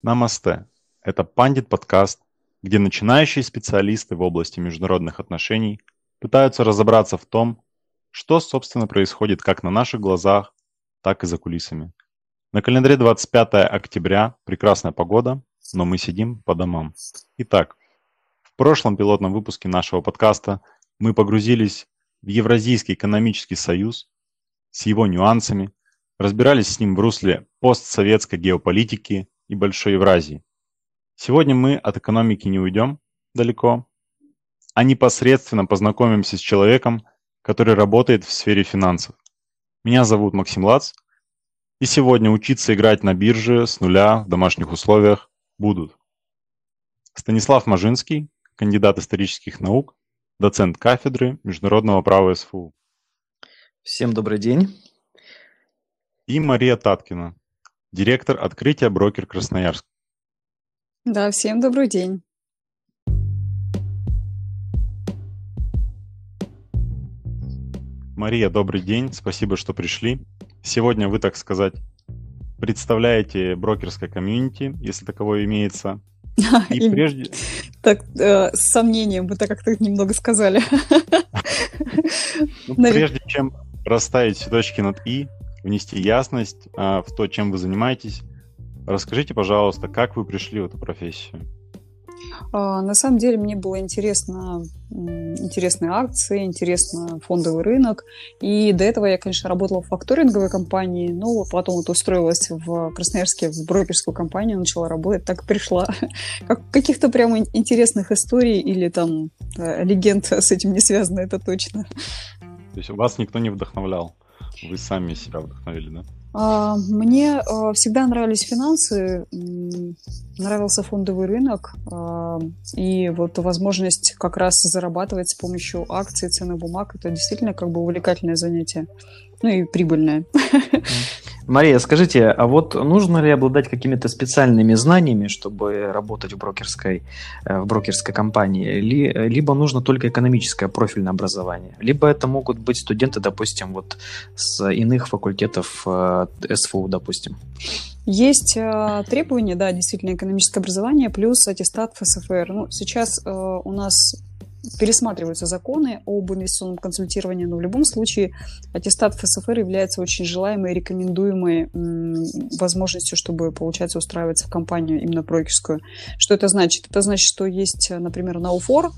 Намасте. Это Пандит подкаст, где начинающие специалисты в области международных отношений пытаются разобраться в том, что, собственно, происходит как на наших глазах, так и за кулисами. На календаре 25 октября, прекрасная погода, но мы сидим по домам. Итак, в прошлом пилотном выпуске нашего подкаста мы погрузились в Евразийский экономический союз с его нюансами, разбирались с ним в русле постсоветской геополитики и Большой Евразии. Сегодня мы от экономики не уйдем далеко, а непосредственно познакомимся с человеком, который работает в сфере финансов. Меня зовут Максим Лац, и сегодня учиться играть на бирже с нуля в домашних условиях будут Станислав Мажинский, кандидат исторических наук, доцент кафедры международного права СФУ. Всем добрый день. И Мария Таткина, директор открытия «Брокер Красноярск». Да, всем добрый день. Мария, добрый день, спасибо, что пришли. Сегодня вы, так сказать, представляете брокерское комьюнити, если таковое имеется. И прежде... Так, с сомнением, вы так как-то немного сказали. Прежде чем расставить все точки над «и», внести ясность в то, чем вы занимаетесь, расскажите, пожалуйста, как вы пришли в эту профессию? На самом деле мне было интересно, интересные акции, интересно фондовый рынок. И до этого я, конечно, работала в факторинговой компании, но потом вот устроилась в Красноярске в брокерскую компанию, начала работать, так пришла. Каких-то прямо интересных историй или там легенд с этим не связано, это точно. То есть вас никто не вдохновлял? Вы сами себя вдохновили, да? Мне всегда нравились финансы, нравился фондовый рынок, и вот возможность как раз зарабатывать с помощью акций, ценных бумаг, это действительно как бы увлекательное занятие, ну и прибыльное. Мария, скажите, а вот нужно ли обладать какими-то специальными знаниями, чтобы работать в брокерской компании, либо нужно только экономическое профильное образование, либо это могут быть студенты, допустим, вот с иных факультетов СФУ, допустим? Есть требования, да, действительно, экономическое образование плюс аттестат ФСФР. Ну, сейчас у нас пересматриваются законы об инвестиционном консультировании, но в любом случае аттестат ФСФР является очень желаемой и рекомендуемой возможностью, чтобы, получается, устраиваться в компанию именно брокерскую. Что это значит? Это значит, что есть, например, НАУФОР,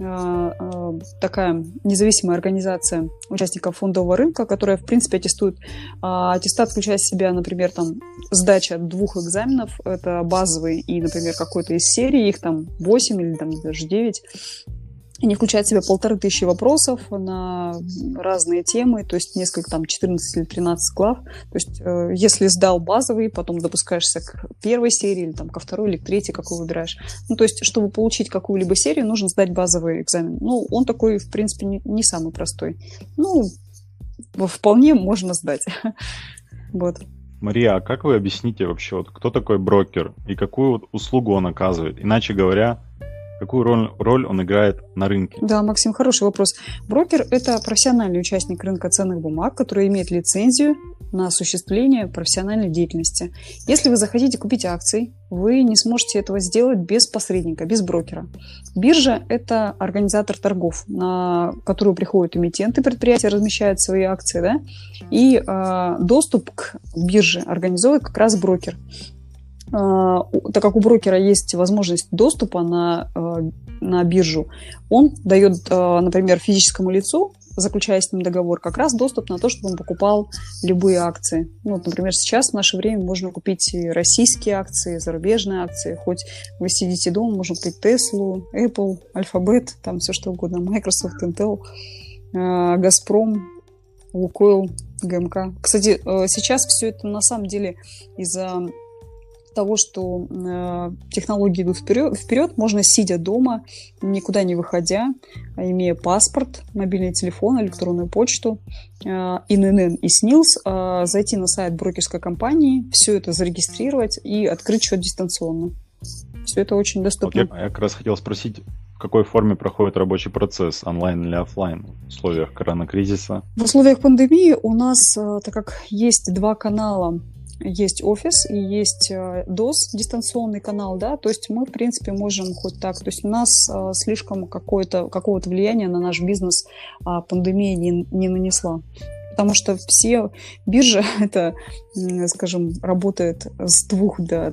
такая независимая организация участников фондового рынка, которая, в принципе, аттестует. Аттестат включает в себя, например, там, сдача 2 экзаменов, это базовый и, например, какой-то из серии, их там 8 или там даже 9. Они включают в себя 1500 вопросов на разные темы, то есть несколько, там, 14 или 13 глав. То есть если сдал базовый, потом допускаешься к первой серии, или там, ко второй, или к третьей, какую выбираешь. Ну, то есть, чтобы получить какую-либо серию, нужно сдать базовый экзамен. Ну, он такой, в принципе, не самый простой. Ну, вполне можно сдать. Вот. Мария, а как вы объясните вообще, вот, кто такой брокер и какую вот услугу он оказывает? Иначе говоря, какую роль он играет на рынке? Да, Максим, хороший вопрос. Брокер – это профессиональный участник рынка ценных бумаг, который имеет лицензию на осуществление профессиональной деятельности. Если вы захотите купить акции, вы не сможете этого сделать без посредника, без брокера. Биржа – это организатор торгов, на которую приходят эмитенты предприятия, размещают свои акции, да? И доступ к бирже организует как раз брокер. Так как у брокера есть возможность доступа на биржу, он дает, например, физическому лицу, заключая с ним договор, как раз доступ на то, чтобы он покупал любые акции. Ну, вот, например, сейчас в наше время можно купить и российские акции, и зарубежные акции. Хоть вы сидите дома, можно купить Теслу, Apple, Alphabet, там все что угодно, Microsoft, Intel, Газпром, Лукойл, ГМК. Кстати, сейчас все это на самом деле из-за того, что технологии идут вперед, можно, сидя дома, никуда не выходя, имея паспорт, мобильный телефон, электронную почту, ИНН и СНИЛС, зайти на сайт брокерской компании, все это зарегистрировать и открыть счет дистанционно. Все это очень доступно. Вот я как раз хотел спросить, в какой форме проходит рабочий процесс, онлайн или офлайн, в условиях коронакризиса? В условиях пандемии у нас, так как есть 2 канала есть офис и есть DOS, дистанционный канал, да, то есть мы, в принципе, можем хоть так, то есть у нас слишком какого-то влияния на наш бизнес пандемия не нанесла. Потому что все биржи, это, скажем, работает с 2 до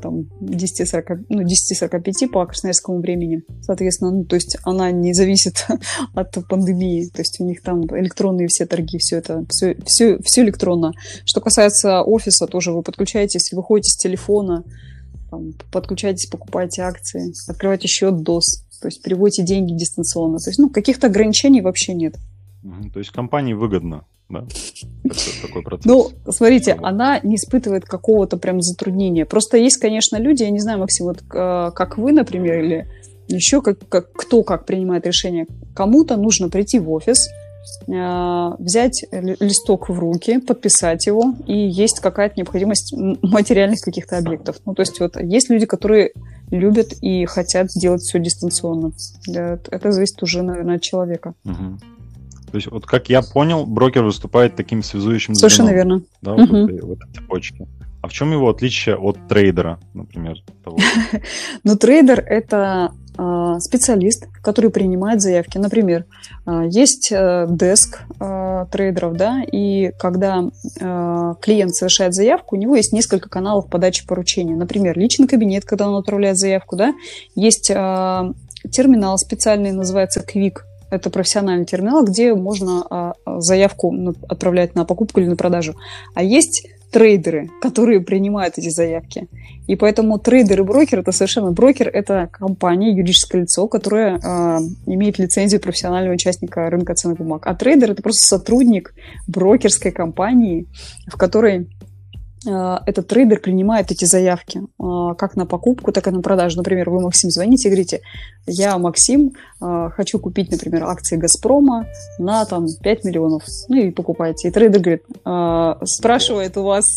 10:45 по красноярскому времени. Соответственно, то есть она не зависит от пандемии. То есть у них там электронные все торги, все электронно. Что касается офиса, тоже вы подключаетесь, выходите с телефона, подключаетесь, покупаете акции, открываете счет DOS, то есть переводите деньги дистанционно. То есть, каких-то ограничений вообще нет. То есть компании выгодно, да? Такой процесс. Смотрите, она не испытывает какого-то прям затруднения. Просто есть, конечно, люди, я не знаю, Максим, вот как вы, например, или еще кто как принимает решение. Кому-то нужно прийти в офис, взять листок в руки, подписать его, и есть какая-то необходимость материальных каких-то объектов. То есть вот есть люди, которые любят и хотят делать все дистанционно. Это зависит уже, наверное, от человека. То есть, вот как я понял, брокер выступает таким связующим звеном. Совершенно верно. Да, в этой цепочке. А в чем его отличие от трейдера, например? Трейдер – это специалист, который принимает заявки. Например, есть деск трейдеров, да, и когда клиент совершает заявку, у него есть несколько каналов подачи поручения. Например, личный кабинет, когда он отправляет заявку, да, есть терминал специальный, называется Quick. Это профессиональный терминал, где можно заявку отправлять на покупку или на продажу. А есть трейдеры, которые принимают эти заявки. И поэтому трейдер и брокер – это совершенно… Брокер – это компания, юридическое лицо, которое имеет лицензию профессионального участника рынка ценных бумаг. А трейдер – это просто сотрудник брокерской компании, в которой этот трейдер принимает эти заявки как на покупку, так и на продажу. Например, вы, Максим, звоните и говорите: я, Максим, хочу купить, например, акции «Газпрома» на 5 миллионов. И покупаете. И трейдер говорит, спрашивает у вас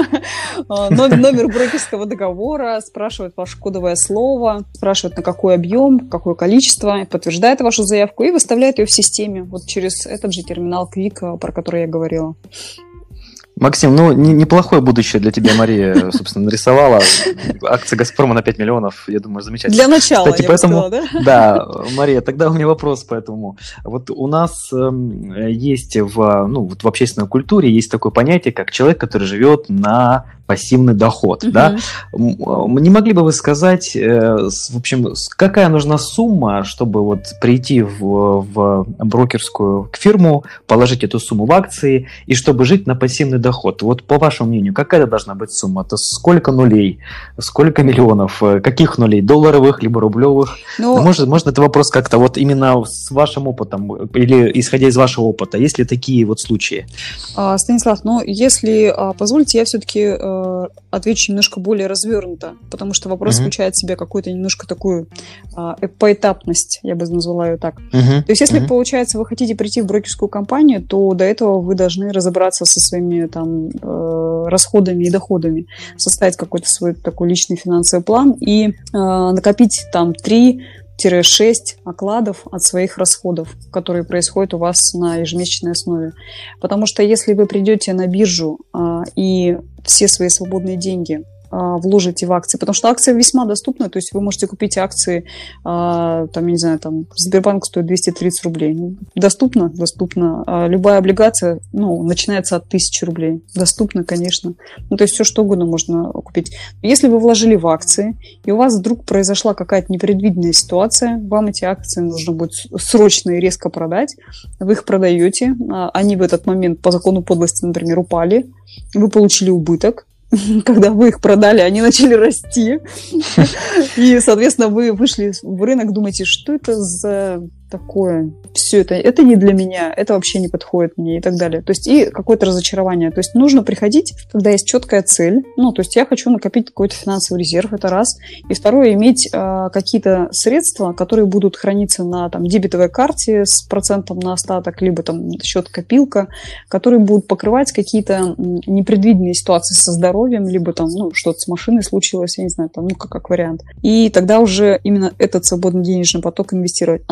номер брокерского договора, спрашивает ваше кодовое слово, спрашивает, на какой объем, какое количество, подтверждает вашу заявку и выставляет ее в системе вот через этот же терминал Quick, про который я говорила. Максим, неплохое будущее для тебя Мария, собственно, нарисовала. Акции «Газпрома» на 5 миллионов, я думаю, замечательно. Для начала, кстати, я бы сказала, да? Да, Мария, тогда у меня вопрос по этому. Вот у нас есть в общественной культуре есть такое понятие, как человек, который живет на пассивный доход, да? Не могли бы вы сказать, в общем, какая нужна сумма, чтобы прийти в брокерскую фирму, положить эту сумму в акции, и чтобы жить на пассивный доход? Вот по вашему мнению, какая должна быть сумма? Это сколько нулей, сколько миллионов, каких нулей, долларовых либо рублевых? Можно этот вопрос как-то именно с вашим опытом или исходя из вашего опыта, есть ли такие случаи? Станислав, если позволите, я все-таки отвечу немножко более развернуто, потому что вопрос включает в себя какую-то немножко такую поэтапность, я бы назвала ее так. То есть, если, получается, вы хотите прийти в брокерскую компанию, то до этого вы должны разобраться со своими расходами и доходами, составить какой-то свой такой личный финансовый план и накопить 3-6 окладов от своих расходов, которые происходят у вас на ежемесячной основе. Потому что если вы придете на биржу и все свои свободные деньги вложите в акции, потому что акции весьма доступны, то есть вы можете купить акции, Сбербанк стоит 230 рублей. Доступно? Доступно. Любая облигация, начинается от 1000 рублей. Доступно, конечно. То есть все что угодно можно купить. Если вы вложили в акции, и у вас вдруг произошла какая-то непредвиденная ситуация, вам эти акции нужно будет срочно и резко продать, вы их продаете, они в этот момент по закону подлости, например, упали, вы получили убыток. Когда вы их продали, они начали расти. И, соответственно, вы вышли в рынок, думаете, что это за такое? Все это не для меня, это вообще не подходит мне и так далее. То есть и какое-то разочарование. То есть нужно приходить, когда есть четкая цель. То есть я хочу накопить какой-то финансовый резерв, это раз. И второе, иметь какие-то средства, которые будут храниться на дебетовой карте с процентом на остаток, либо счет-копилка, которые будут покрывать какие-то непредвиденные ситуации со здоровьем, либо что-то с машиной случилось, я не знаю, как вариант. И тогда уже именно этот свободный денежный поток инвестировать. А насколько это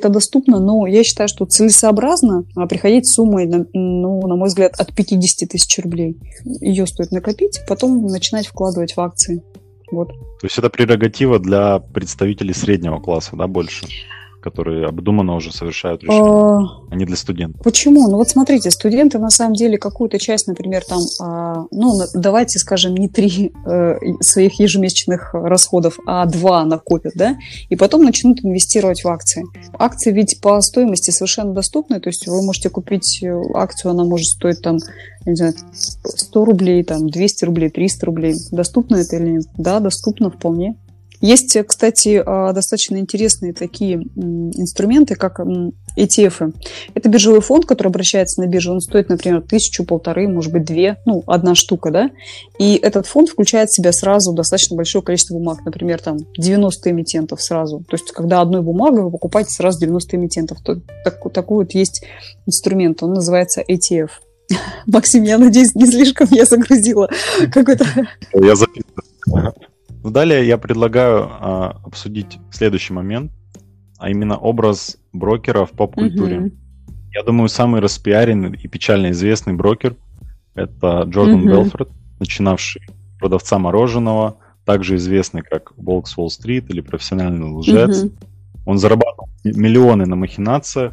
это доступно, но я считаю, что целесообразно приходить с суммой, на мой взгляд, от 50 тысяч рублей. Ее стоит накопить, потом начинать вкладывать в акции. Вот. То есть это прерогатива для представителей среднего класса, да, больше? Которые обдуманно уже совершают решения, а не для студентов. Почему? Ну вот смотрите, студенты на самом деле какую-то часть, например, там, давайте скажем, не 3 своих ежемесячных расходов, а 2 накопят, да, и потом начнут инвестировать в акции. Акции ведь по стоимости совершенно доступны, то есть вы можете купить акцию, она может стоить там, не знаю, 100 рублей, там, 200 рублей, 300 рублей. Доступно это или нет? Да, доступно вполне. Есть, кстати, достаточно интересные такие инструменты, как ETF. Это биржевой фонд, который обращается на биржу. Он стоит, например, 1000, 1500, может быть, 2, одна штука, да? И этот фонд включает в себя сразу достаточно большое количество бумаг. Например, там 90 эмитентов сразу. То есть, когда одной бумагой вы покупаете сразу 90 эмитентов. Такой вот есть инструмент. Он называется ETF. Максим, я надеюсь, не слишком я загрузила какой-то... Я записываю. Далее я предлагаю обсудить следующий момент, а именно образ брокера в поп-культуре. Я думаю, самый распиаренный и печально известный брокер – это Джордан Белфорд, начинавший продавца мороженого, также известный как Волк с Уолл-стрит или профессиональный лжец. Он зарабатывал миллионы на махинациях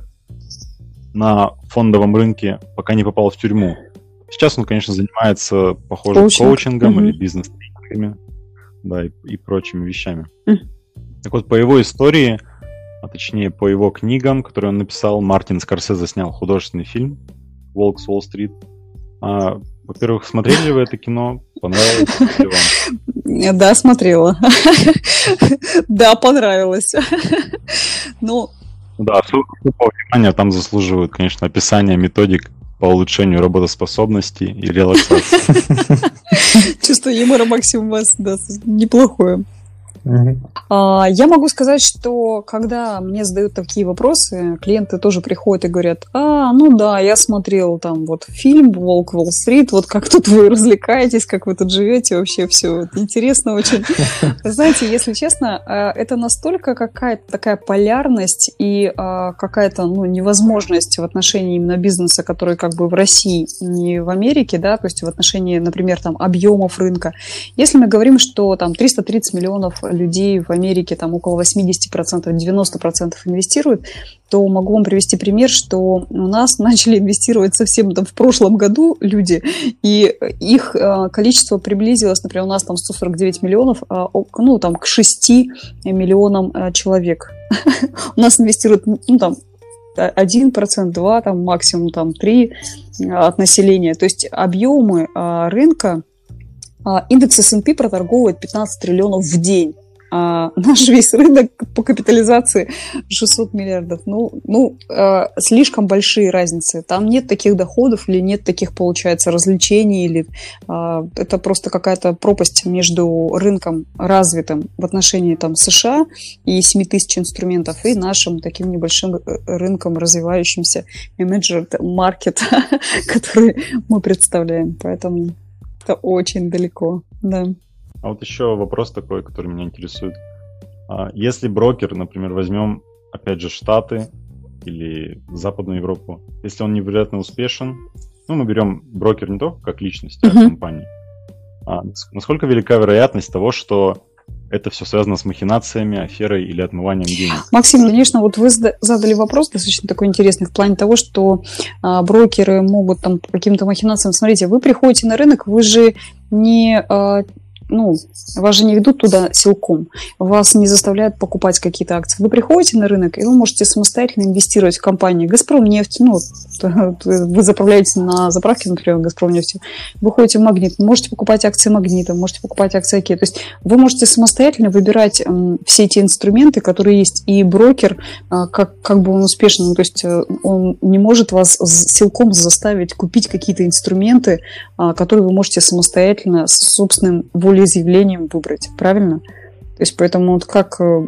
на фондовом рынке, пока не попал в тюрьму. Сейчас он, конечно, занимается, похоже, коучингом или бизнес-тренингами. Да, и прочими вещами. Так вот, по его истории, а точнее по его книгам, которые он написал, Мартин Скорсезе снял художественный фильм «Волк с Уолл-стрит». Во-первых, смотрели ли вы это кино? Понравилось ли вам? Да, смотрела. Да, понравилось. Ну, да, особого внимания там заслуживают, конечно, описание методик по улучшению работоспособности и релаксации. Чувство юмора, Максим, у вас неплохое. Я могу сказать, что когда мне задают такие вопросы, клиенты тоже приходят и говорят: я смотрел там вот фильм «Волк Уолл-стрит», вот как тут вы развлекаетесь, как вы тут живете, вообще все интересно очень. Знаете, если честно, это настолько какая-то такая полярность и какая-то невозможность в отношении именно бизнеса, который как бы в России, не в Америке, да, то есть в отношении, например, там объемов рынка. Если мы говорим, что там 330 миллионов людей в Америке, там около 80%, 90% инвестируют, то могу вам привести пример, что у нас начали инвестировать совсем там в прошлом году люди, и их количество приблизилось, например, у нас там 149 миллионов, там к 6 миллионам человек. У нас инвестируют, 1%, 2%, там максимум 3% от населения. То есть объемы рынка, индекс S&P проторговывает 15 триллионов в день. Наш весь рынок по капитализации 600 миллиардов. Слишком большие разницы. Там нет таких доходов или нет таких, получается, развлечений. Или это просто какая-то пропасть между рынком развитым в отношении там, США и 7 тысяч инструментов и нашим таким небольшим рынком развивающимся emerging market, который мы представляем. Поэтому это очень далеко, да. А вот еще вопрос такой, который меня интересует. Если брокер, например, возьмем, опять же, Штаты или Западную Европу, если он невероятно успешен, мы берем брокер не только как личность, а компанию, насколько велика вероятность того, что это все связано с махинациями, аферой или отмыванием денег? Максим, конечно, вот вы задали вопрос достаточно такой интересный в плане того, что брокеры могут там по каким-то махинациям... Смотрите, вы приходите на рынок, вы же не... вас же не ведут туда силком, вас не заставляют покупать какие-то акции. Вы приходите на рынок, и вы можете самостоятельно инвестировать в компании «Газпромнефть». Вы заправляете на заправке, например, «Газпромнефтью», вы ходите в «Магнит», можете покупать акции «Магнита», можете покупать акции «Оке». То есть вы можете самостоятельно выбирать все эти инструменты, которые есть, и брокер, как бы он успешен, то есть он не может вас силком заставить купить какие-то инструменты, которые вы можете самостоятельно с собственным волеизъявлением выбрать, правильно? То есть поэтому вот как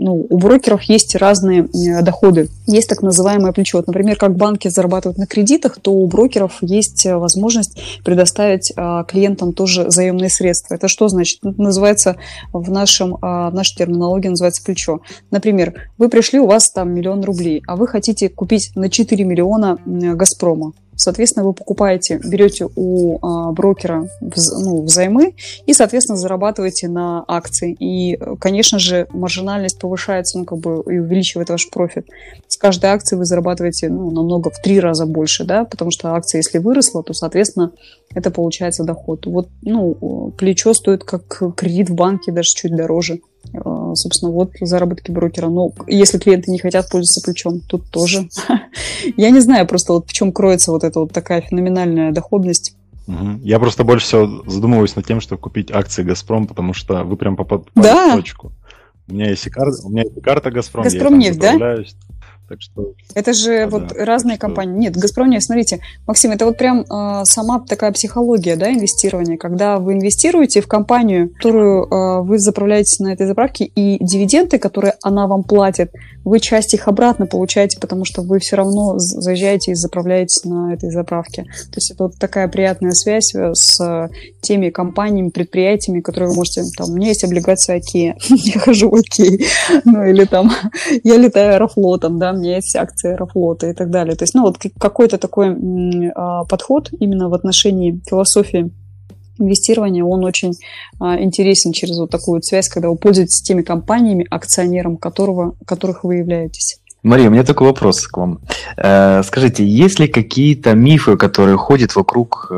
у брокеров есть разные доходы. Есть так называемое плечо. Вот, например, как банки зарабатывают на кредитах, то у брокеров есть возможность предоставить клиентам тоже заемные средства. Это что значит? Это называется в нашей терминологии называется плечо. Например, вы пришли, у вас там 1 000 000 рублей, а вы хотите купить на 4 миллиона «Газпрома». Соответственно, вы берете у брокера взаймы и, соответственно, зарабатываете на акции. И, конечно же, маржинальность повышается, и увеличивает ваш профит. С каждой акции вы зарабатываете намного в 3 раза больше, да, потому что акция, если выросла, то, соответственно, это получается доход. Вот, плечо стоит как кредит в банке, даже чуть дороже. Собственно, вот заработки брокера. Но если клиенты не хотят пользоваться плечом, тут тоже. Я не знаю просто в чем кроется вот эта вот такая феноменальная доходность. Я просто больше всего задумываюсь над тем, что купить акции «Газпром», потому что вы прям попали в точку. У меня есть и карта «Газпром», «Газпромнефть», да? Так что, это же разные компании. Нет, «Газпромнефть», смотрите, Максим, это вот прям сама такая психология, да, инвестирования. Когда вы инвестируете в компанию, которую вы заправляете на этой заправке, и дивиденды, которые она вам платит, вы часть их обратно получаете, потому что вы все равно заезжаете и заправляетесь на этой заправке. То есть это вот такая приятная связь с теми компаниями, предприятиями, которые вы можете... у меня есть облигация Окея, я хожу в Окей, или я летаю Аэрофлотом, да, у меня есть акции Аэрофлота и так далее. То есть, какой-то такой подход именно в отношении философии инвестирования, он очень интересен через вот такую связь, когда вы пользуетесь теми компаниями, акционером которых вы являетесь. Мария, у меня такой вопрос к вам. Скажите, есть ли какие-то мифы, которые ходят вокруг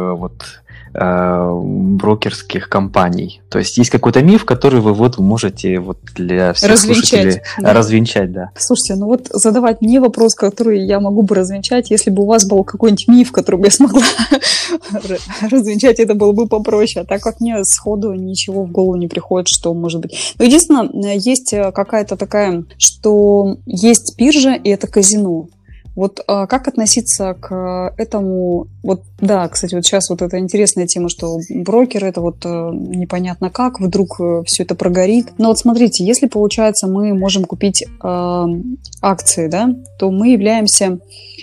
брокерских компаний? То есть есть какой-то миф, который вы можете для всех слушателей развенчать, да. Слушайте, задавать мне вопрос, который я могу бы развенчать, если бы у вас был какой-нибудь миф, который бы я смогла развенчать, это было бы попроще. А так как мне сходу ничего в голову не приходит, что может быть. Но единственное, есть какая-то такая, что есть биржа и это казино. Как относиться к этому? Кстати, сейчас это интересная тема, что брокер это непонятно как, вдруг все это прогорит. Но смотрите, если, получается, мы можем купить акции, да, то мы являемся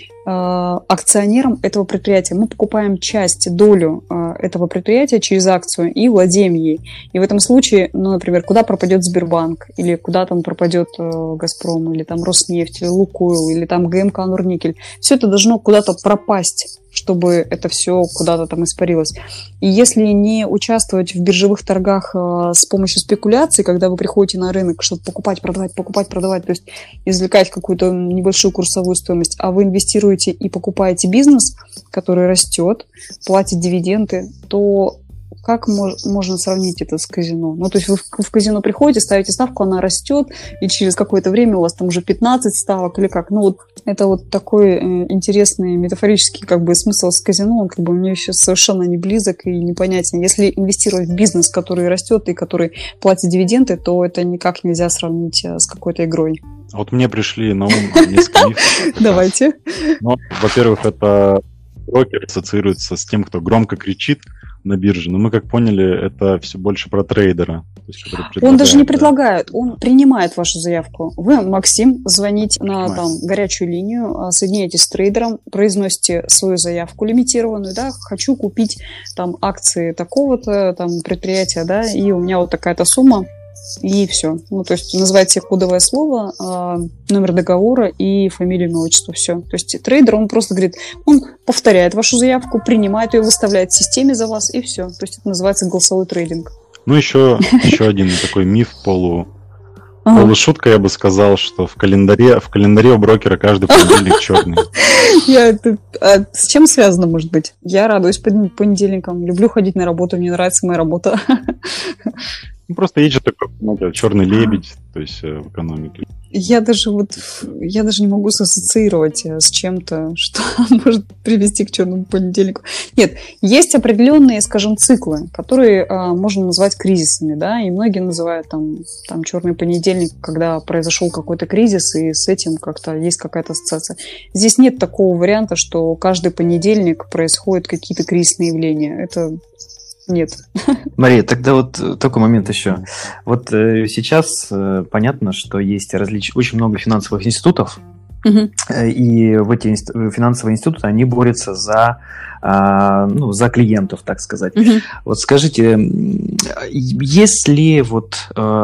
акционером этого предприятия. Мы покупаем долю этого предприятия через акцию и владеем ей. И в этом случае, например, куда пропадет Сбербанк, или куда пропадет Газпром, или Роснефть, или Лукойл, или ГМК Норникель, все это должно куда-то пропасть, чтобы это все куда-то испарилось. И если не участвовать в биржевых торгах с помощью спекуляций, когда вы приходите на рынок, чтобы покупать, продавать, то есть извлекать какую-то небольшую курсовую стоимость, а вы инвестируете и покупаете бизнес, который растет, платит дивиденды, то как можно сравнить это с казино? То есть вы в казино приходите, ставите ставку, она растет, и через какое-то время у вас уже 15 ставок или как? Это такой интересный метафорический смысл с казино, он мне еще совершенно не близок и непонятен. Если инвестировать в бизнес, который растет и который платит дивиденды, то это никак нельзя сравнить с какой-то игрой. Мне пришли на ум несколько мифов. Давайте. Во-первых, это брокер ассоциируется с тем, кто громко кричит на бирже, но мы, как поняли, это все больше про трейдера. То есть, он даже не предлагает, он принимает вашу заявку. Вы, Максим, звоните на горячую линию, соединяетесь с трейдером, произносите свою заявку лимитированную, да, хочу купить акции такого-то предприятия, да, и у меня такая-то сумма, и все. То есть называете кодовое слово, номер договора и фамилию, имя, отчество, все. То есть трейдер, он просто говорит, он повторяет вашу заявку, принимает ее, выставляет в системе за вас, и все. То есть это называется голосовой трейдинг. Еще один такой миф, полушутка, я бы сказал, что в календаре у брокера каждый понедельник черный. С чем связано, может быть? Я радуюсь понедельникам, люблю ходить на работу, мне нравится моя работа. Просто есть же такой черный лебедь, то есть в экономике. Я даже не могу ассоциировать с чем-то, что может привести к черному понедельнику. Нет, есть определенные, скажем, циклы, которые можно назвать кризисами, да, и многие называют черный понедельник, когда произошел какой-то кризис, и с этим как-то есть какая-то ассоциация. Здесь нет такого варианта, что каждый понедельник происходят какие-то кризисные явления. Это Нет. Мария, тогда вот такой момент еще. Вот сейчас понятно, что есть очень много финансовых институтов, и в эти финансовые институты, они борются за клиентов, так сказать. Вот скажите, есть ли вот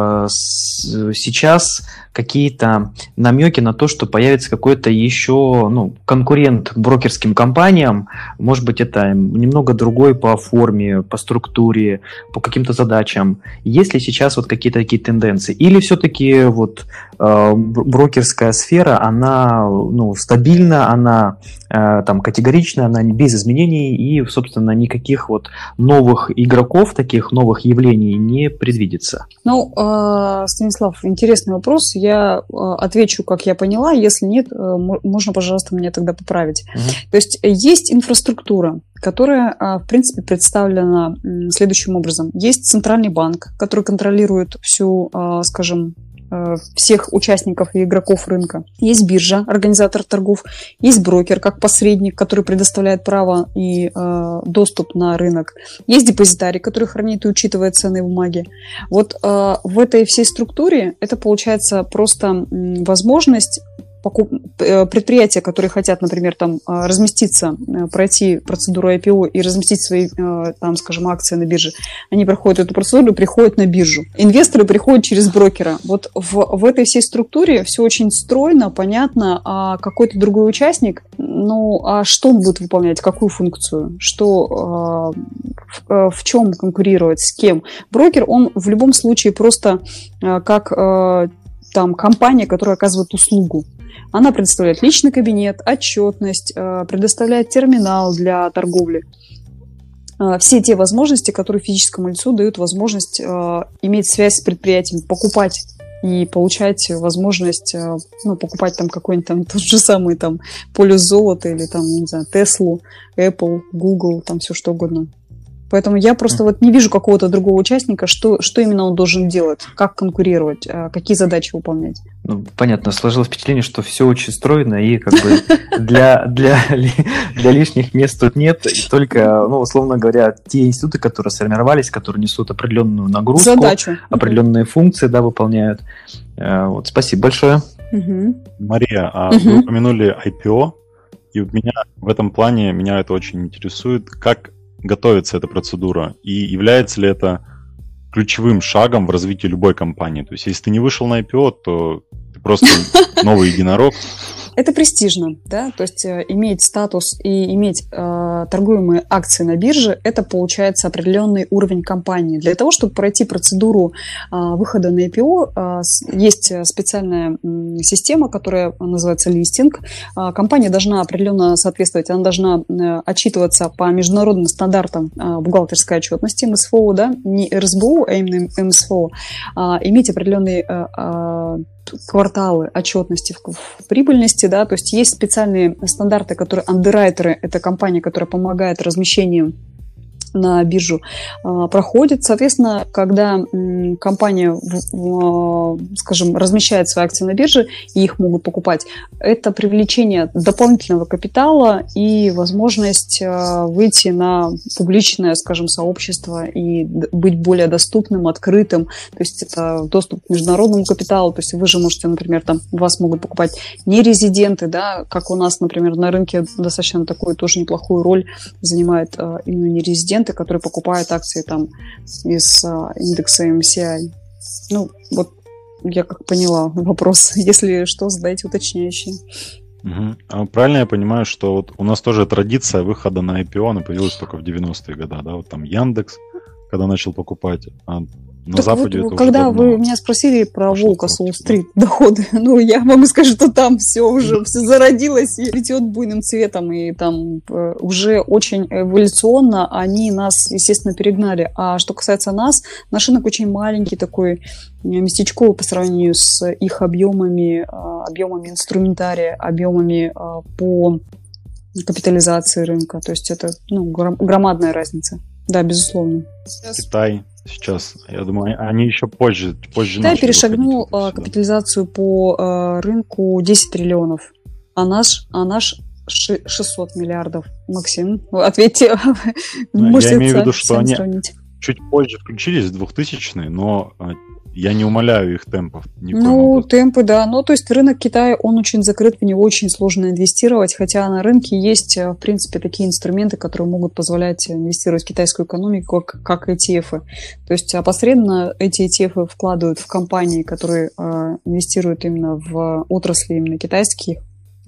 сейчас какие-то намеки на то, что появится какой-то еще конкурент брокерским компаниям? Может быть, это немного другой по форме, по структуре, по каким-то задачам. Есть ли сейчас вот какие-то такие тенденции? Или все-таки вот брокерская сфера, она стабильна, она там категорична, она без изменений, и, собственно, никаких вот новых игроков, таких новых явлений не предвидится? Станислав, интересный вопрос. Я отвечу, как я поняла. Если нет, можно, пожалуйста, меня тогда поправить. То есть есть инфраструктура, которая, в принципе, представлена следующим образом. Есть центральный банк, который контролирует всю, скажем, всех участников и игроков рынка. Есть биржа, организатор торгов, есть брокер, как посредник, который предоставляет право и доступ на рынок. Есть депозитарий, который хранит и учитывает ценные бумаги. Вот в этой всей структуре это получается просто возможность предприятия, которые хотят, например, там разместиться, пройти процедуру IPO и разместить свои, там, скажем, акции на бирже, они проходят эту процедуру и приходят на биржу. Инвесторы приходят через брокера. Вот в этой всей структуре все очень стройно, понятно, а какой-то другой участник, а что он будет выполнять, какую функцию, что, в чем конкурировать, с кем. Брокер, он в любом случае просто как там компания, которая оказывает услугу. Она предоставляет личный кабинет, отчетность, предоставляет терминал для торговли. Все те возможности, которые физическому лицу дают возможность иметь связь с предприятием, покупать и получать возможность покупать там какой-нибудь там тот же самый там полюс золота или там, не знаю, Теслу, Apple, Google, там все что угодно. Поэтому я просто вот не вижу какого-то другого участника, что именно он должен делать, как конкурировать, какие задачи выполнять. Понятно, сложилось впечатление, что все очень стройно, и как бы для лишних мест тут нет, только, условно говоря, те институты, которые сформировались, которые несут определенную нагрузку, задачу, определенные функции, выполняют. Вот, спасибо большое. Мария, вы упомянули IPO, и в этом плане меня это очень интересует, как готовится эта процедура, и является ли это ключевым шагом в развитии любой компании? То есть, если ты не вышел на IPO, то ты просто новый единорог. Это престижно, да, то есть иметь статус и иметь торгуемые акции на бирже, это получается определенный уровень компании. Для того, чтобы пройти процедуру выхода на IPO, есть специальная система, которая называется листинг. Компания должна определенно соответствовать, она должна отчитываться по международным стандартам бухгалтерской отчетности, МСФО, да, не РСБУ, а именно МСФО, иметь определенные кварталы отчетности в прибыльности, да, то есть есть специальные стандарты, которые андеррайтеры, это компания, которая помогает размещению на биржу, проходит. Соответственно, когда компания, скажем, размещает свои акции на бирже, и их могут покупать, это привлечение дополнительного капитала и возможность выйти на публичное, скажем, сообщество и быть более доступным, открытым. То есть это доступ к международному капиталу. То есть вы же можете, например, там вас могут покупать нерезиденты, да, как у нас, например, на рынке достаточно такую тоже неплохую роль занимает именно нерезиденты, которые покупают акции там из индекса MSCI. Вот я как поняла вопрос. Если что, задайте уточняющие. Правильно я понимаю, что вот у нас тоже традиция выхода на IPO, она появилась только в 90-е годы, да? Вот там Яндекс, когда начал покупать, а на так Западе вот, это когда уже вы меня спросили про Волка с Уолл-стрит доходы, я могу сказать, что там все зародилось и цветет буйным цветом, и там уже очень эволюционно они нас, естественно, перегнали. А что касается нас, наш рынок очень маленький такой, местечковый по сравнению с их объемами инструментария, объемами по капитализации рынка. То есть это громадная разница. Да, безусловно. Китай сейчас, я думаю, они еще позже Китай перешагнул капитализацию по рынку 10 триллионов, а наш 600 миллиардов. Максим, ответьте. Я имею в виду, что они чуть позже включились, 2000-е, но я не умаляю их темпов. Темпы, да. То есть рынок Китая, он очень закрыт, в него очень сложно инвестировать, хотя на рынке есть, в принципе, такие инструменты, которые могут позволять инвестировать в китайскую экономику, как ETF-ы. То есть опосредованно эти ETF-ы вкладывают в компании, которые инвестируют именно в отрасли именно китайских,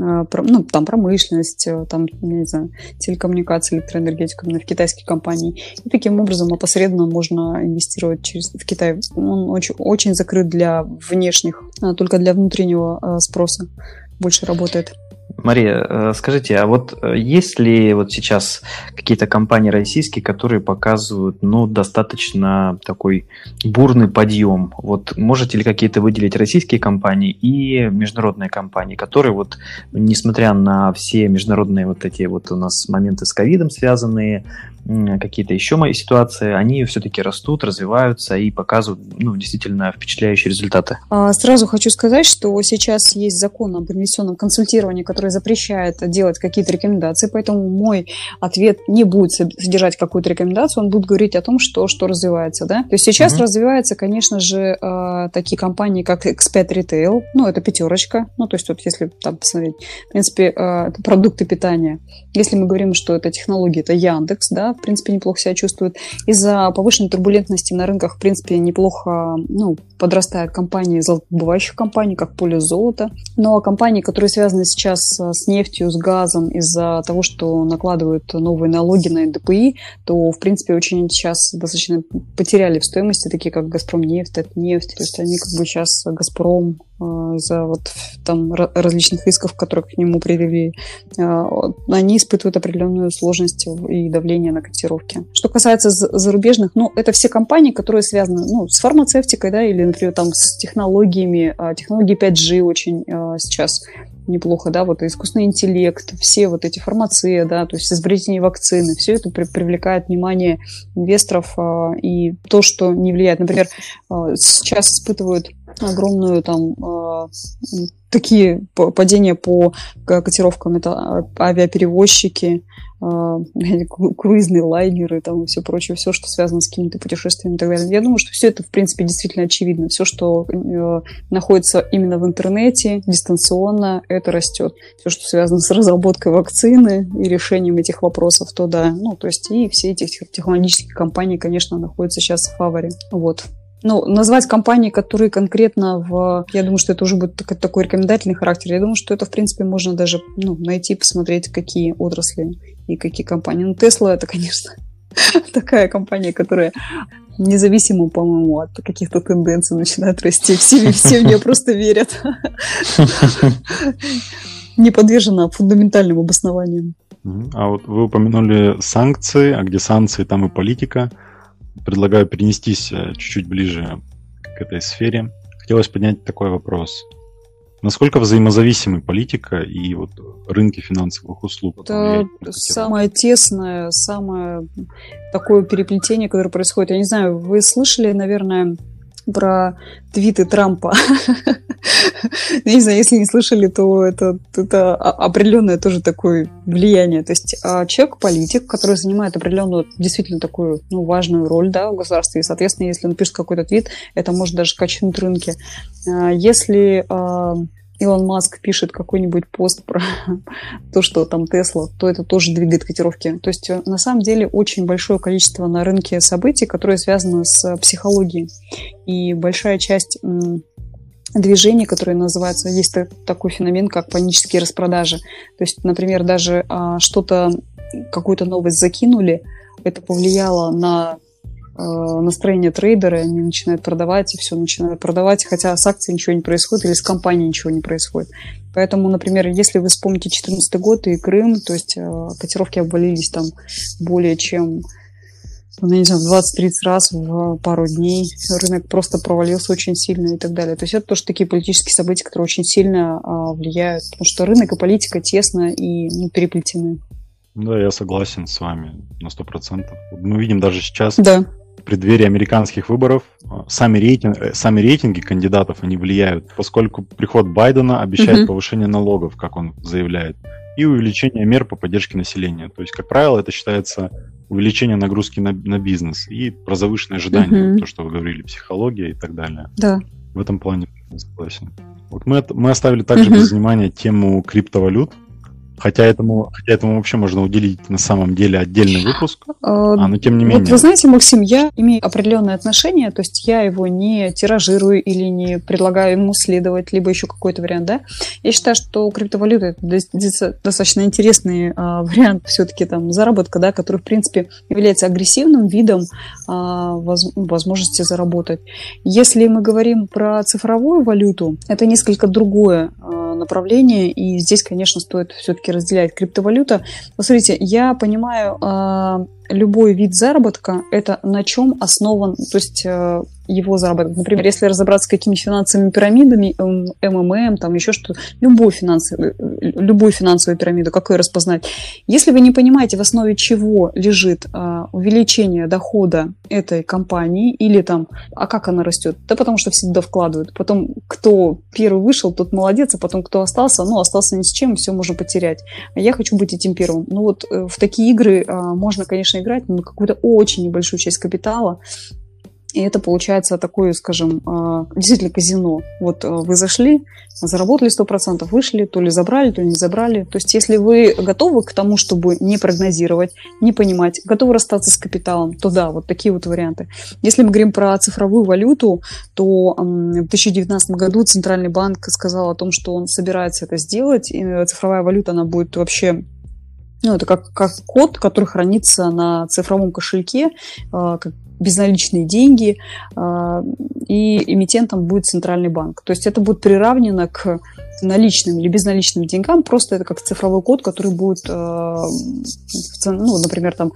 там промышленность, там, не знаю, телекоммуникации, электроэнергетику именно в китайские компании. И таким образом опосредованно можно инвестировать в Китай. Он очень закрыт для внешних, только для внутреннего спроса больше работает. Мария, скажите, а вот есть ли вот сейчас какие-то компании российские, которые показывают, достаточно такой бурный подъем? Вот можете ли какие-то выделить российские компании и международные компании, которые вот, несмотря на все международные вот эти вот у нас моменты с ковидом связанные, какие-то еще мои ситуации, они все-таки растут, развиваются и показывают действительно впечатляющие результаты? Сразу хочу сказать, что сейчас есть закон об инвестиционном консультировании, который запрещает делать какие-то рекомендации, поэтому мой ответ не будет содержать какую-то рекомендацию, он будет говорить о том, что развивается. Да? То есть сейчас развиваются, конечно же, такие компании, как Expat Retail, это пятерочка, то есть вот если там посмотреть, в принципе, это продукты питания. Если мы говорим, что это технологии, это Яндекс, да, в принципе, неплохо себя чувствует. Из-за повышенной турбулентности на рынках, в принципе, неплохо подрастают компании, золотодобывающих компаний, как Поле Золота. Но компании, которые связаны сейчас с нефтью, с газом, из-за того, что накладывают новые налоги на НДПИ, то, в принципе, очень сейчас достаточно потеряли в стоимости, такие как Газпромнефть, Татнефть. То есть они сейчас Газпром из-за там различных исков, которые к нему предъявили, они испытывают определенную сложность и давление на котировки. Что касается зарубежных, это все компании, которые связаны с фармацевтикой, да, или, например, там с технологиями. Технологии 5G очень сейчас неплохо, да, вот искусственный интеллект, все вот эти фармации, да, то есть изобретение вакцины, все это привлекает внимание инвесторов, и то, что не влияет. Например, сейчас испытывают огромную там такие падения по котировкам, это авиаперевозчики, круизные лайнеры, там и все прочее, все, что связано с какими-то путешествиями и так далее. Я думаю, что все это, в принципе, действительно очевидно. Все, что находится именно в интернете, дистанционно, это растет. Все, что связано с разработкой вакцины и решением этих вопросов, то да. То есть и все эти технологические компании, конечно, находятся сейчас в фаворе. Вот. Назвать компании, которые конкретно я думаю, что это уже будет такой рекомендательный характер. Я думаю, что это, в принципе, можно даже найти, посмотреть, какие отрасли и какие компании. Tesla это, конечно, такая компания, которая независимо, по-моему, от каких-то тенденций начинает расти. Все в нее просто верят. Не подвержена фундаментальным обоснованиям. А вот вы упомянули санкции, а где санкции, там и политика. Предлагаю перенестись чуть-чуть ближе к этой сфере. Хотелось поднять такой вопрос. Насколько взаимозависимы политика и вот рынки финансовых услуг? Это самое тесное, самое такое переплетение, которое происходит. Я не знаю, вы слышали, наверное, про твиты Трампа. Я не знаю, если не слышали, то это определенное тоже такое влияние. То есть человек-политик, который занимает определенную, действительно такую важную роль, да, в государстве, и, соответственно, если он пишет какой-то твит, это может даже качнуть рынки. Если Илон Маск пишет какой-нибудь пост про то, что там Тесла, то это тоже двигает котировки. То есть, на самом деле, очень большое количество на рынке событий, которые связаны с психологией. И большая часть движений, которые называются, есть такой феномен, как панические распродажи. То есть, например, даже какую-то новость закинули, это повлияло на настроение трейдера, они начинают продавать, и все начинают продавать, хотя с акцией ничего не происходит или с компанией ничего не происходит. Поэтому, например, если вы вспомните 2014 год и Крым, то есть котировки обвалились там более чем, не знаю, 20-30 раз в пару дней, рынок просто провалился очень сильно и так далее. То есть это тоже такие политические события, которые очень сильно влияют, потому что рынок и политика тесно и переплетены. Да, я согласен с вами на 100%. Мы видим даже сейчас, да, в преддверии американских выборов, сами рейтинги кандидатов, они влияют, поскольку приход Байдена обещает повышение налогов, как он заявляет. и увеличение мер по поддержке населения. То есть, как правило, это считается увеличение нагрузки на бизнес и про завышенные ожидания, то, что вы говорили, психология и так далее. Да. В этом плане согласен. Вот мы оставили также без внимания тему криптовалют, хотя этому вообще можно уделить на самом деле отдельный выпуск, но тем не менее. Вот вы знаете, Максим, я имею определенное отношение, то есть я его не тиражирую или не предлагаю ему следовать, либо еще какой-то вариант, да. Я считаю, что криптовалюта – это достаточно интересный вариант все-таки там заработка, да, который, в принципе, является агрессивным видом возможности заработать. Если мы говорим про цифровую валюту, это несколько другое направление, и здесь, конечно, стоит все-таки разделять криптовалюта. Посмотрите, я понимаю, любой вид заработка – это на чем основан, то есть его заработок. Например, если разобраться с какими-то финансовыми пирамидами, МММ, там еще что-то, любую финансовую пирамиду, как ее распознать? Если вы не понимаете, в основе чего лежит увеличение дохода этой компании, или там, а как она растет? Да потому что все туда вкладывают. Потом, кто первый вышел, тот молодец, а потом, кто остался, остался ни с чем, все можно потерять. А я хочу быть этим первым. Ну вот в такие игры можно, конечно, играть, но какую-то очень небольшую часть капитала. И это получается такое, скажем, действительно казино. Вот вы зашли, заработали 100%, вышли, то ли забрали, то ли не забрали. То есть если вы готовы к тому, чтобы не прогнозировать, не понимать, готовы расстаться с капиталом, то да, вот такие вот варианты. Если мы говорим про цифровую валюту, то в 2019 году Центральный банк сказал о том, что он собирается это сделать, и цифровая валюта, она будет вообще... это как код, который хранится на цифровом кошельке, как безналичные деньги, и эмитентом будет Центральный банк. То есть это будет приравнено к наличным или безналичным деньгам, просто это как цифровой код, который будет, например, там,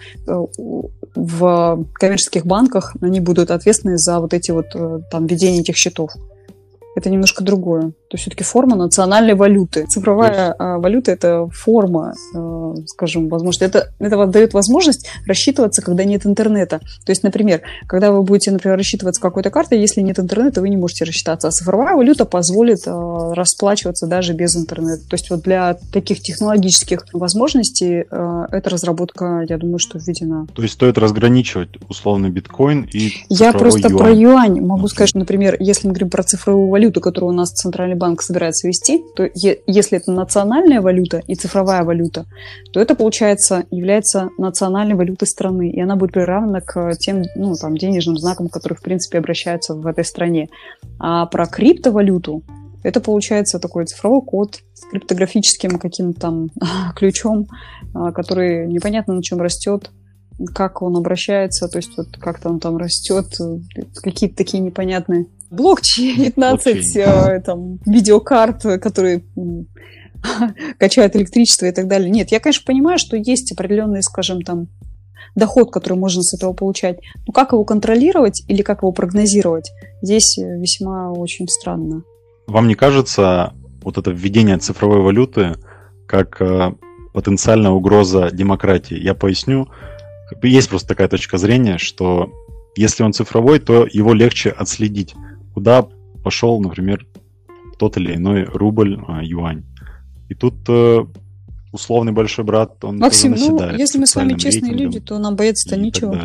в коммерческих банках, они будут ответственны за вот эти вот там ведение этих счетов. Это немножко другое. То есть все-таки форма национальной валюты. Цифровая валюта – это форма, скажем, возможность. Это дает возможность рассчитываться, когда нет интернета. То есть, например, когда вы будете, например, рассчитываться какой-то картой, если нет интернета, вы не можете рассчитаться. А цифровая валюта позволит расплачиваться даже без интернета. То есть вот для таких технологических возможностей эта разработка, я думаю, что введена. То есть стоит разграничивать условно биткоин и цифровой Я просто юань. Про юань могу сказать, что, например, если мы говорим про цифровую валюту, которую у нас Центральный банк собирается ввести, то если это национальная валюта и цифровая валюта, то это, получается, является национальной валютой страны, и она будет приравнена к тем денежным знакам, которые, в принципе, обращаются в этой стране. А про криптовалюту это, получается, такой цифровой код с криптографическим каким-то там ключом, который непонятно на чем растет, как он обращается, то есть вот как-то он там растет, какие-то такие непонятные блокчейн, 15 видеокарт, которые качают электричество и так далее. Нет, я, конечно, понимаю, что есть определенный, скажем, там, доход, который можно с этого получать. Но как его контролировать или как его прогнозировать, здесь весьма очень странно. Вам не кажется вот это введение цифровой валюты как потенциальная угроза демократии? Я поясню. Есть просто такая точка зрения, что если он цифровой, то его легче отследить, куда пошел, например, тот или иной рубль, юань. И тут условный большой брат, он Максим, тоже наседает. Если мы с вами честные люди, то нам бояться-то ничего.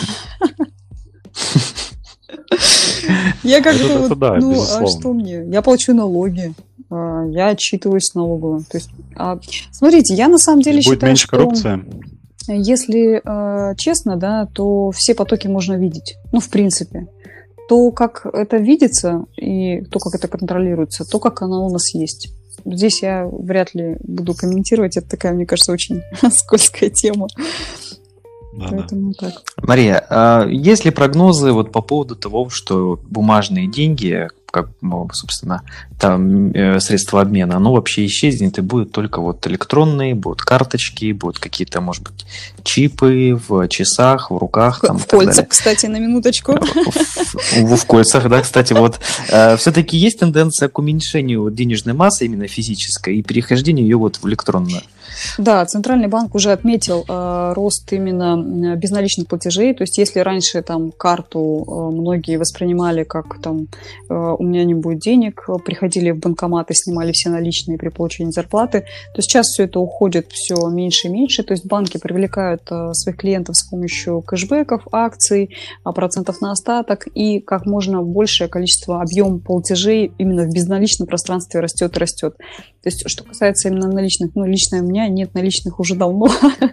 Я как-то а что мне? Я плачу налоги, я отчитываюсь налоговым. То есть, смотрите, я на самом деле считаю, будет меньше коррупции. Если честно, да, то все потоки можно видеть. В принципе. То, как это видится, и то, как это контролируется, то, как оно у нас есть. Здесь я вряд ли буду комментировать. Это такая, мне кажется, очень скользкая тема. Да, поэтому так. Мария, есть ли прогнозы вот по поводу того, что бумажные деньги, как, собственно, там средства обмена, оно вообще исчезнет и будет только вот электронные, будут карточки, будут какие-то, может быть, чипы в часах, в руках. Там, в кольцах, кстати, на минуточку. В кольцах, да, кстати, вот. Все-таки есть тенденция к уменьшению денежной массы, именно физической, и перехождению ее вот в электронную. Да, Центральный банк уже отметил рост именно безналичных платежей. То есть, если раньше там карту многие воспринимали как там у меня не будет денег, приходили в банкоматы, снимали все наличные при получении зарплаты. То есть сейчас все это уходит все меньше и меньше. То есть банки привлекают своих клиентов с помощью кэшбэков, акций, процентов на остаток, и как можно большее количество, объем платежей именно в безналичном пространстве растет и растет. То есть, что касается именно наличных, лично у меня нет наличных уже давно.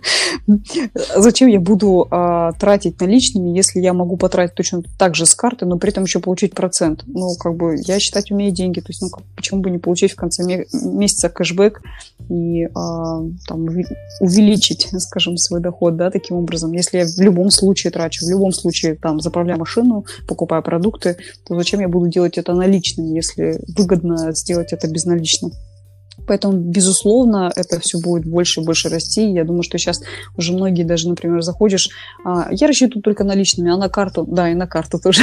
Зачем я буду тратить наличными, если я могу потратить точно так же с карты, но при этом еще получить процент? Я считать умею деньги. То есть, почему бы не получить в конце месяца кэшбэк и увеличить, скажем, свой доход, да, таким образом. Если я в любом случае трачу, в любом случае заправляю машину, покупаю продукты, то зачем я буду делать это наличным, если выгодно сделать это безналично? Поэтому, безусловно, это все будет больше и больше расти. Я думаю, что сейчас уже многие даже, например, заходишь, я рассчитываю только наличными, а на карту, да, и на карту тоже.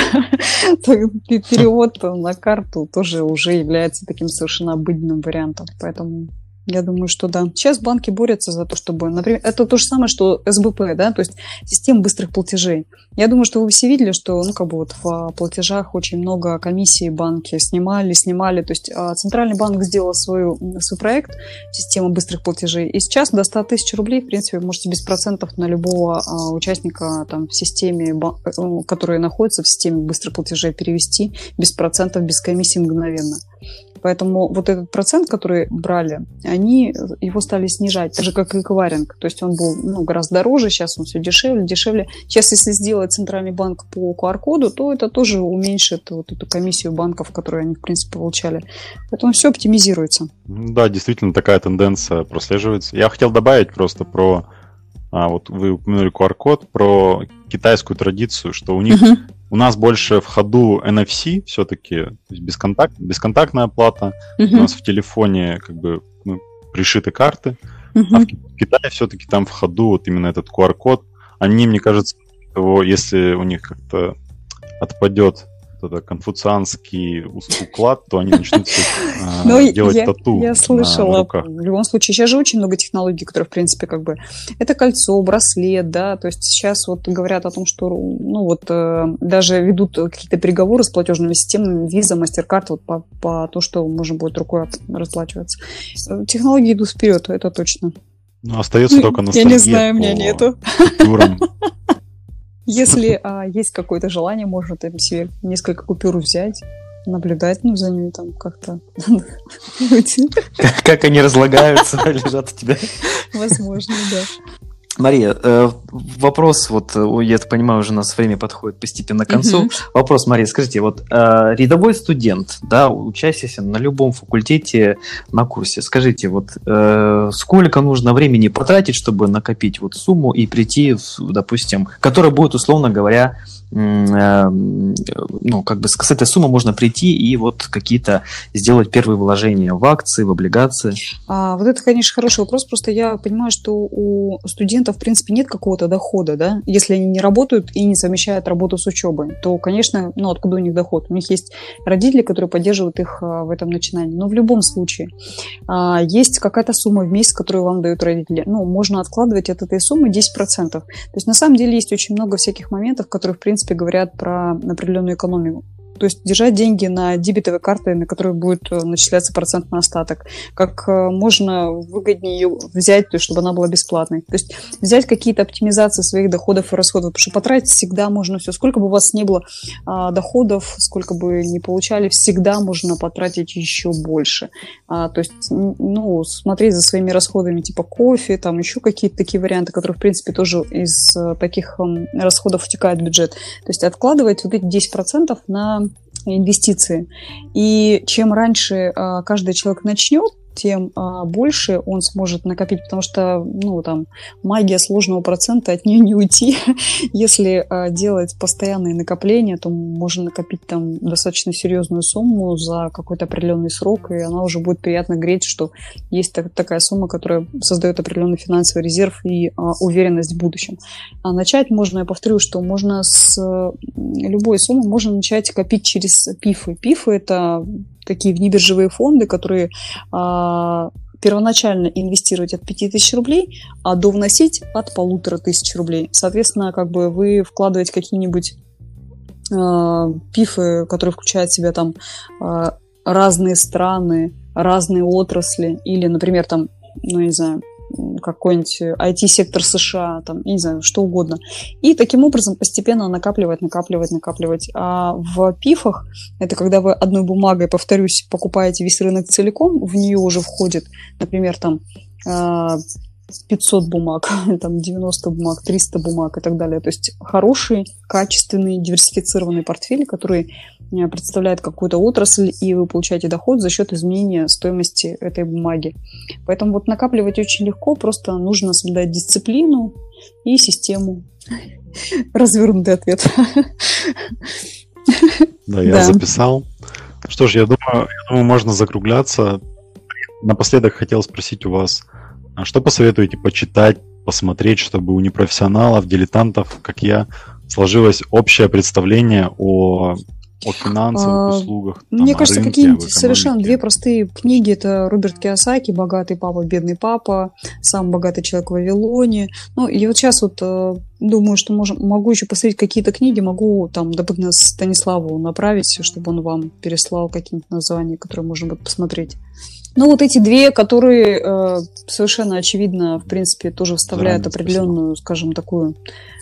Перевод на карту тоже уже является таким совершенно обыденным вариантом. Поэтому я думаю, что да. Сейчас банки борются за то, чтобы, например, это то же самое, что СБП, да, то есть система быстрых платежей. Я думаю, что вы все видели, что, в платежах очень много комиссий банки снимали. То есть Центральный банк сделал свой проект, система быстрых платежей, и сейчас до 100 тысяч рублей, в принципе, вы можете без процентов на любого участника в системе, который находится в системе быстрых платежей, перевести без процентов, без комиссии мгновенно. Поэтому вот этот процент, который брали, они его стали снижать, так же, как и эквайринг. То есть он был гораздо дороже, сейчас он все дешевле. Сейчас, если сделать Центральный банк по QR-коду, то это тоже уменьшит вот эту комиссию банков, которую они, в принципе, получали. Поэтому все оптимизируется. Да, действительно, такая тенденция прослеживается. Я хотел добавить просто про... вот вы упомянули QR-код, про китайскую традицию, что у них... У нас больше в ходу NFC все-таки, то есть бесконтактная оплата. У нас в телефоне пришиты карты, а в Китае все-таки там в ходу вот именно этот QR-код. Они, мне кажется, если у них как-то отпадет этот конфуцианский уклад, то они начнут делать тату я слышала, на руках. В любом случае, сейчас же очень много технологий, которые, в принципе, это кольцо, браслет, да, то есть сейчас вот говорят о том, что, даже ведут какие-то переговоры с платежными системами, Visa, MasterCard, вот по то, что можно будет рукой расплачиваться. Технологии идут вперед, это точно. Остается только ностальгия. Я не знаю, у меня нету. Купюрам. Если есть какое-то желание, можно себе несколько купюр взять, наблюдать, за ними как-то. Как они разлагаются, лежат у тебя. Возможно, да. Мария, вопрос, я понимаю, уже у нас время подходит постепенно к концу. Вопрос, Мария, скажите, рядовой студент, да, учащийся на любом факультете на курсе, скажите, сколько нужно времени потратить, чтобы накопить сумму и прийти, допустим, которая будет, условно говоря, с этой суммы можно прийти и какие-то сделать первые вложения в акции, в облигации? Это, конечно, хороший вопрос. Просто я понимаю, что у студентов, в принципе, нет какого-то дохода, да? Если они не работают и не совмещают работу с учебой, то, конечно, откуда у них доход? У них есть родители, которые поддерживают их в этом начинании. Но в любом случае есть какая-то сумма в месяц, которую вам дают родители. Можно откладывать от этой суммы 10%. То есть, на самом деле, есть очень много всяких моментов, которые, в принципе, говорят про определенную экономику. То есть держать деньги на дебетовой карте, на которой будет начисляться процент на остаток. Как можно выгоднее ее взять, то есть, чтобы она была бесплатной. То есть взять какие-то оптимизации своих доходов и расходов, потому что потратить всегда можно все. Сколько бы у вас не было доходов, сколько бы не получали, всегда можно потратить еще больше. То есть, смотреть за своими расходами, типа кофе, там еще какие-то такие варианты, которые, в принципе, тоже из таких расходов утекают в бюджет. То есть откладывать эти 10% на инвестиции. И чем раньше каждый человек начнет, тем больше он сможет накопить, потому что, магия сложного процента, от нее не уйти. Если делать постоянные накопления, то можно накопить достаточно серьезную сумму за какой-то определенный срок, и она уже будет приятно греть, что есть такая сумма, которая создает определенный финансовый резерв и уверенность в будущем. А начать можно, я повторю, что можно с любой суммы можно начать копить через ПИФы. ПИФы – это такие внебиржевые фонды, которые первоначально инвестировать от 5000 рублей, а довносить от 1500 рублей. Соответственно, вы вкладываете какие-нибудь пифы, которые включают в себя там разные страны, разные отрасли, или, например, там, ну, не знаю, какой-нибудь IT-сектор США, там, я не знаю, что угодно. И таким образом постепенно накапливать. А в пифах, это когда вы одной бумагой, повторюсь, покупаете весь рынок целиком, в нее уже входит, например, там 500 бумаг, там 90 бумаг, 300 бумаг и так далее. То есть хорошие, качественные, диверсифицированные портфели, которые представляют какую-то отрасль, и вы получаете доход за счет изменения стоимости этой бумаги. Поэтому вот накапливать очень легко, просто нужно соблюдать дисциплину и систему. Развернутый ответ. Да, я записал. Что ж, я думаю, можно закругляться. Напоследок хотел спросить у вас, что посоветуете почитать, посмотреть, чтобы у непрофессионалов, дилетантов, как я, сложилось общее представление о финансовых услугах. Мне кажется, какие-нибудь совершенно две простые книги. Это Роберт Кийосаки «Богатый папа, бедный папа», «Самый богатый человек в Вавилоне». Ну, и вот сейчас вот думаю, что могу еще посмотреть какие-то книги, могу там, допустим, Станиславу направить, чтобы он вам переслал какие-нибудь названия, которые можно будет посмотреть. Ну, вот эти две, которые совершенно очевидно, в принципе, тоже вставляют определенную, скажем, такую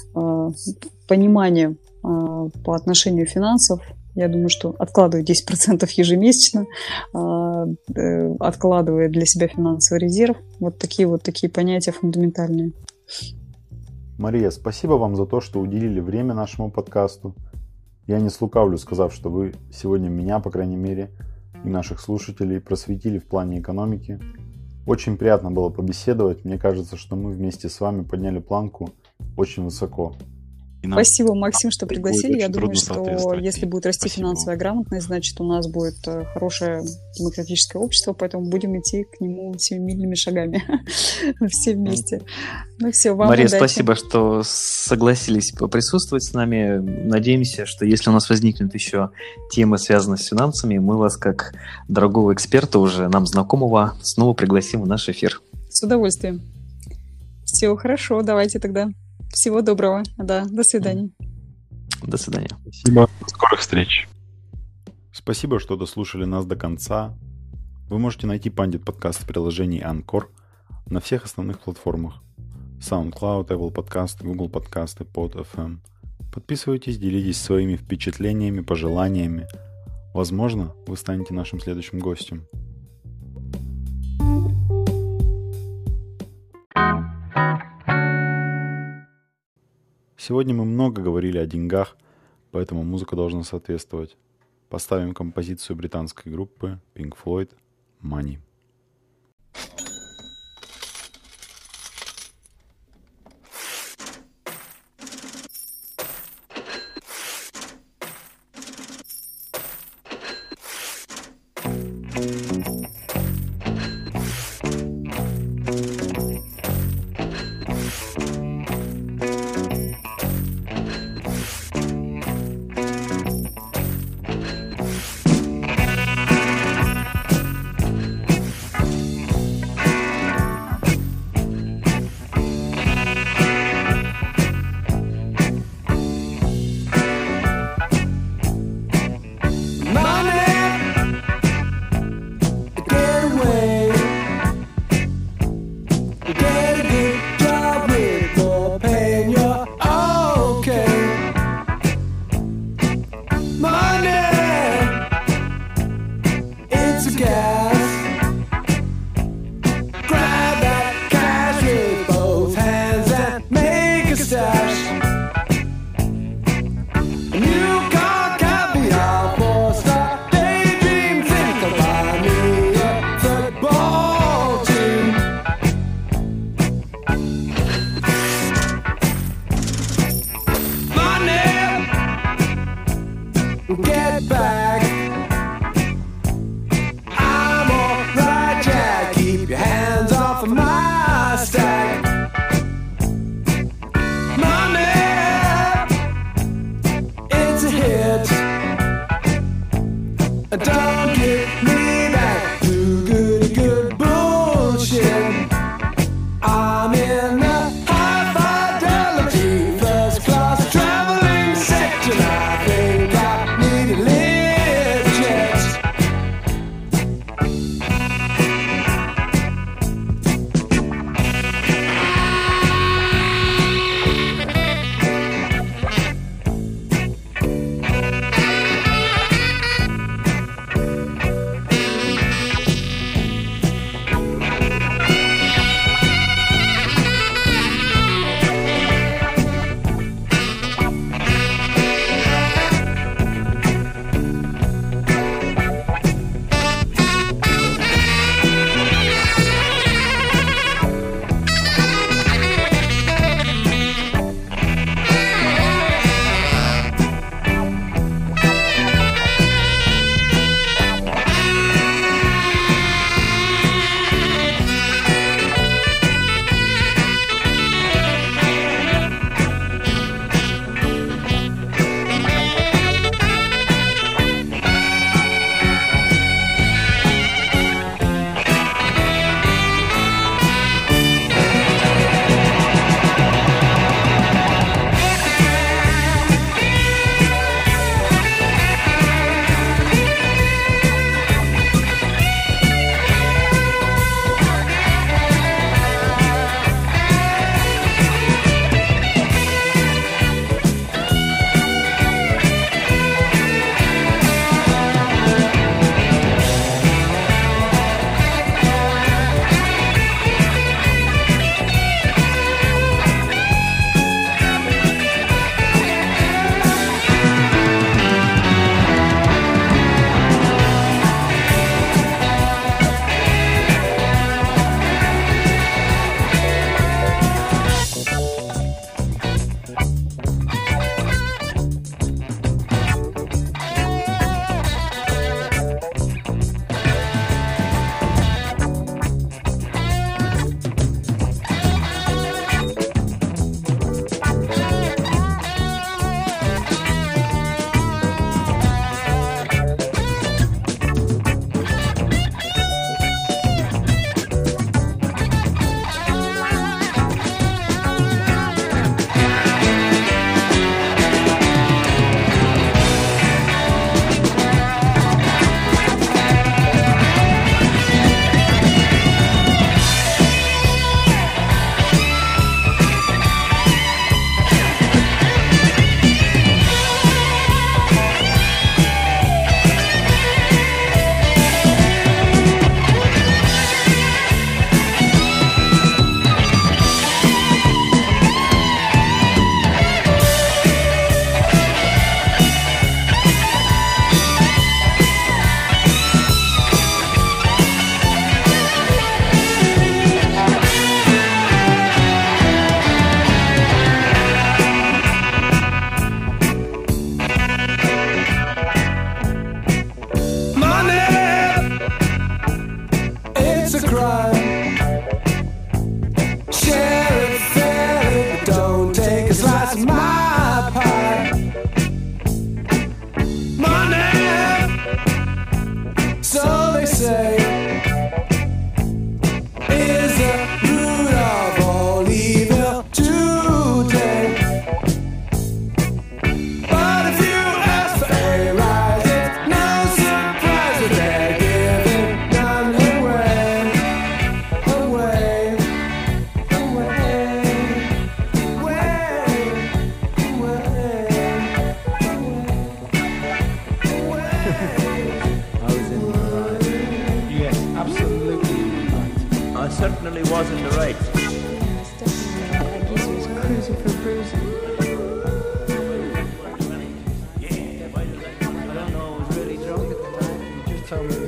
понимание по отношению финансов. Я думаю, что откладываю 10% ежемесячно, откладывая для себя финансовый резерв. Вот такие понятия фундаментальные. Мария, спасибо вам за то, что уделили время нашему подкасту. Я не слукавлю, сказав, что вы сегодня меня, по крайней мере, и наших слушателей просветили в плане экономики. Очень приятно было побеседовать. Мне кажется, что мы вместе с вами подняли планку очень высоко. Спасибо, Максим, что пригласили. Я думаю, что если будет расти финансовая грамотность, значит, у нас будет хорошее демократическое общество, поэтому будем идти к нему семимильными шагами все вместе. Ну все, вам Мария, удачи. Спасибо, что согласились присутствовать с нами. Надеемся, что если у нас возникнут еще темы, связанные с финансами, мы вас, как дорогого эксперта, уже нам знакомого, снова пригласим в наш эфир. С удовольствием. Все, хорошо, давайте тогда. Всего доброго. Да, до свидания. До свидания. Спасибо. До скорых встреч. Спасибо, что дослушали нас до конца. Вы можете найти Пандит подкаст в приложении Anchor на всех основных платформах: SoundCloud, Apple Podcast, Google Podcast и Pod.fm. Подписывайтесь, делитесь своими впечатлениями, пожеланиями. Возможно, вы станете нашим следующим гостем. Сегодня мы много говорили о деньгах, поэтому музыка должна соответствовать. Поставим композицию британской группы Pink Floyd «Money». Don't get me back to good bullshit. I'm in a high fidelity first class traveling section. I think say is the root of all evil today. But if you ask for a rise, it's no surprise that they're giving none away, away, I was in the right. Yes, absolutely right. I certainly was in the right. Yes, definitely. I guess he was cruising for bruising. I don't know, I was really drunk at the time. You just told me